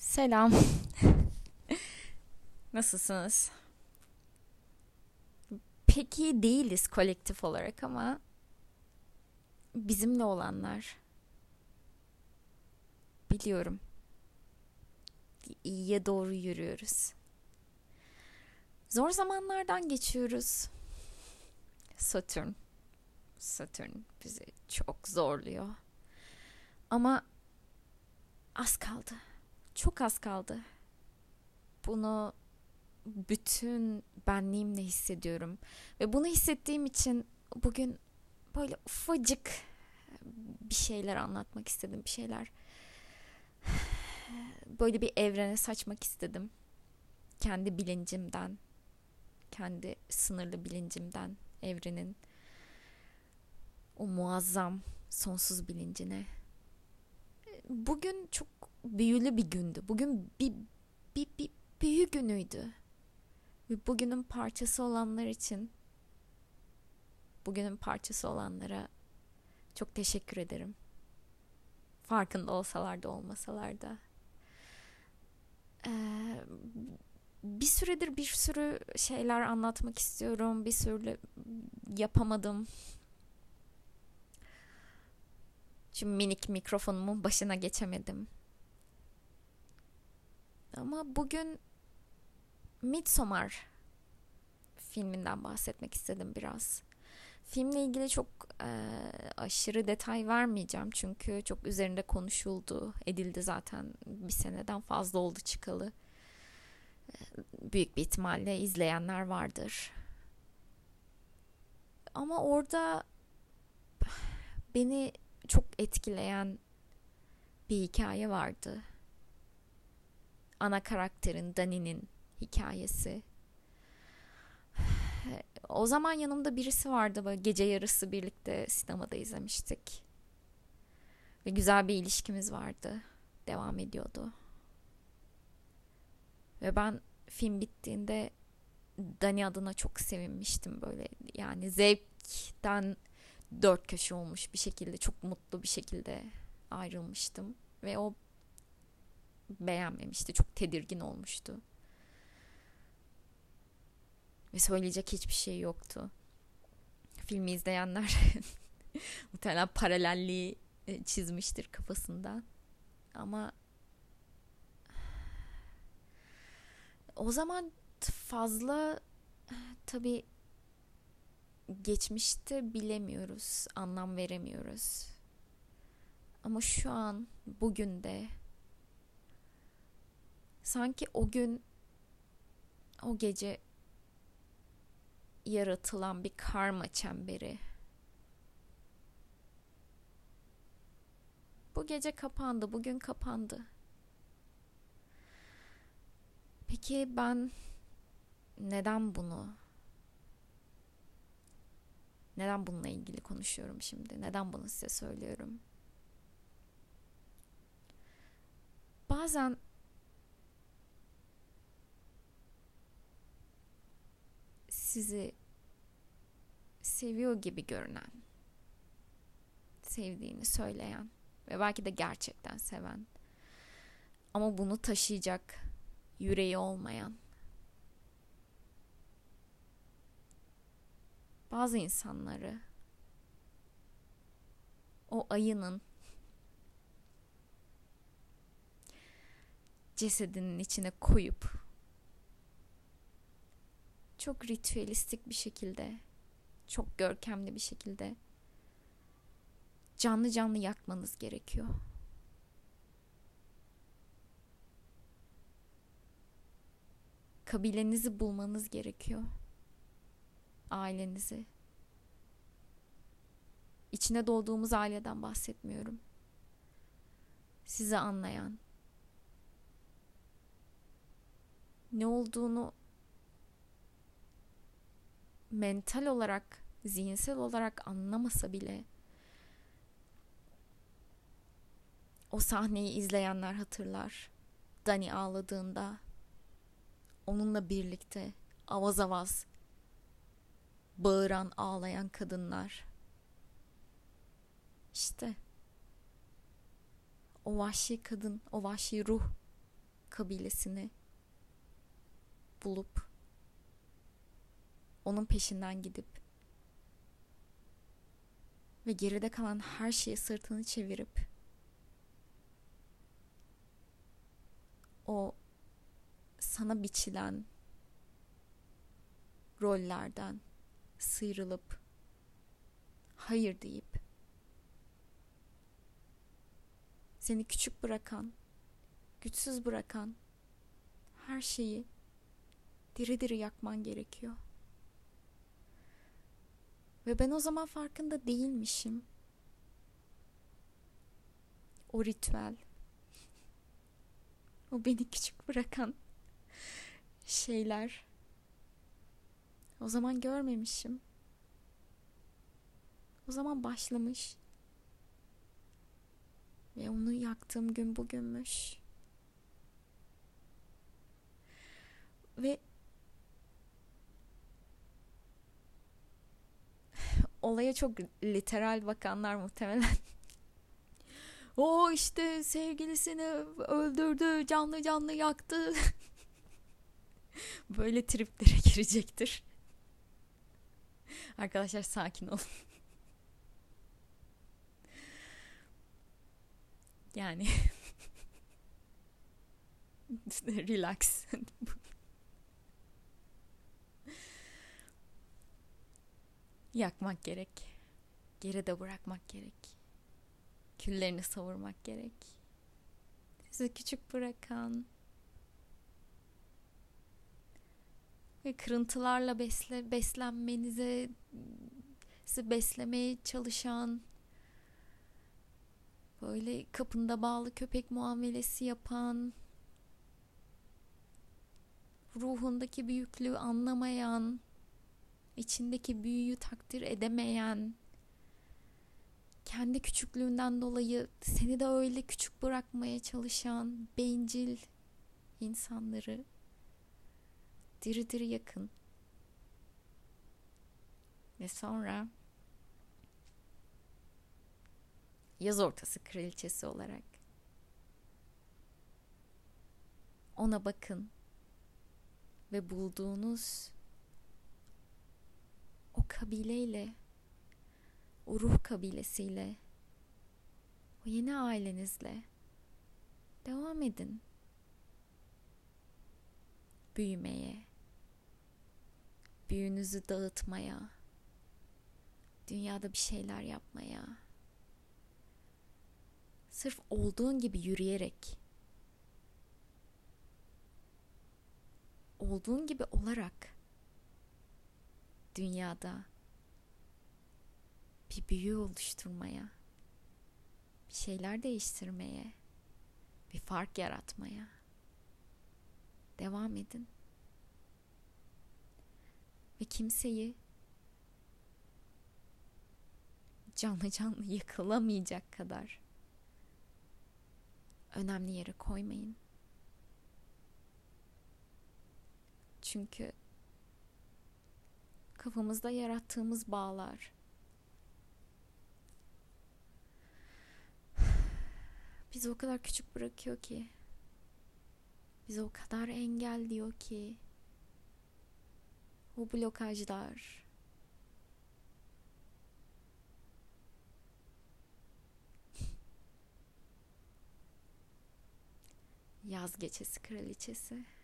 Selam. Nasılsınız? Pek iyi değiliz kolektif olarak ama bizimle olanlar biliyorum. İyiye doğru yürüyoruz. Zor zamanlardan geçiyoruz. Satürn. Satürn bizi çok zorluyor. Ama az kaldı. Çok az kaldı. Bunu bütün benliğimle hissediyorum. Ve bunu hissettiğim için bugün böyle ufacık bir şeyler anlatmak istedim. Bir şeyler böyle bir evrene saçmak istedim. Kendi bilincimden, kendi sınırlı bilincimden evrenin o muazzam sonsuz bilincine. Bugün çok büyülü bir gündü. Bugün bir büyü günüydü. Ve bugünün parçası olanlar için, bugünün parçası olanlara çok teşekkür ederim. Farkında olsalar da olmasalar da. Ee, Bir süredir bir sürü şeyler anlatmak istiyorum. Bir sürü yapamadım. Şu minik mikrofonumun başına geçemedim. Ama bugün Midsommar filminden bahsetmek istedim biraz. Filmle ilgili çok aşırı detay vermeyeceğim çünkü çok üzerinde konuşuldu, edildi zaten bir seneden fazla oldu çıkalı. Büyük bir ihtimalle izleyenler vardır. Ama orada beni çok etkileyen bir hikaye vardı. Ana karakterin Dani'nin hikayesi. O zaman yanımda birisi vardı, böyle gece yarısı birlikte sinemada izlemiştik. Ve güzel bir ilişkimiz vardı. Devam ediyordu. Ve ben film bittiğinde Dani adına çok sevinmiştim böyle. Yani zevkten dört köşe olmuş bir şekilde, çok mutlu bir şekilde ayrılmıştım. Ve o beğenmemişti, çok tedirgin olmuştu. Ve söyleyecek hiçbir şey yoktu. Filmi izleyenler muhtemelen paralelliği çizmiştir kafasında. Ama o zaman fazla tabii geçmişte bilemiyoruz, anlam veremiyoruz. Ama şu an, bugün de sanki o gün, o gece yaratılan bir karma çemberi. Bu gece kapandı, bugün kapandı. Peki ben neden bunu, neden bununla ilgili konuşuyorum şimdi? Neden bunu size söylüyorum? Bazen sizi seviyor gibi görünen, sevdiğini söyleyen ve belki de gerçekten seven ama bunu taşıyacak yüreği olmayan bazı insanları o ayının cesedinin içine koyup çok ritüelistik bir şekilde, çok görkemli bir şekilde canlı canlı yakmanız gerekiyor. Kabilenizi bulmanız gerekiyor. Ailenizi. İçine doğduğumuz aileden bahsetmiyorum. Sizi anlayan, ne olduğunu mental olarak, zihinsel olarak anlamasa bile o sahneyi izleyenler hatırlar. Dani ağladığında onunla birlikte avaz avaz bağıran, ağlayan kadınlar. İşte o vahşi kadın, o vahşi ruh kabilesini bulup onun peşinden gidip ve geride kalan her şeye sırtını çevirip o sana biçilen rollerden sıyrılıp hayır deyip seni küçük bırakan, güçsüz bırakan her şeyi diri diri yakman gerekiyor. Ve ben o zaman farkında değilmişim. O ritüel, o beni küçük bırakan şeyler, o zaman görmemişim. O zaman başlamış. Ve onu yaktığım gün bugünmüş. Ve olaya çok literal bakanlar muhtemelen o işte sevgilisini öldürdü, canlı canlı yaktı böyle triplere girecektir. Arkadaşlar sakin olun. Yani relax. Yakmak gerek. Geride bırakmak gerek. Küllerini savurmak gerek. Sizi küçük bırakan ve kırıntılarla beslenmenize, sizi beslemeye çalışan, böyle kapında bağlı köpek muamelesi yapan, ruhundaki büyüklüğü anlamayan, içindeki büyüyü takdir edemeyen, kendi küçüklüğünden dolayı seni de öyle küçük bırakmaya çalışan bencil insanları diri diri yakın. Ve sonra yaz ortası kraliçesi olarak ona bakın ve bulduğunuz o kabileyle, o ruh kabilesiyle, o yeni ailenizle devam edin. Büyümeye, büyünüzü dağıtmaya, dünyada bir şeyler yapmaya. Sırf olduğun gibi yürüyerek, olduğun gibi olarak dünyada bir büyü oluşturmaya, bir şeyler değiştirmeye, bir fark yaratmaya devam edin. Ve kimseyi canlı canlı yıkılamayacak kadar önemli yere koymayın. Çünkü kafamızda yarattığımız bağlar bizi o kadar küçük bırakıyor ki, bizi o kadar engelliyor ki, o blokajlar, yaz gecesi kraliçesi.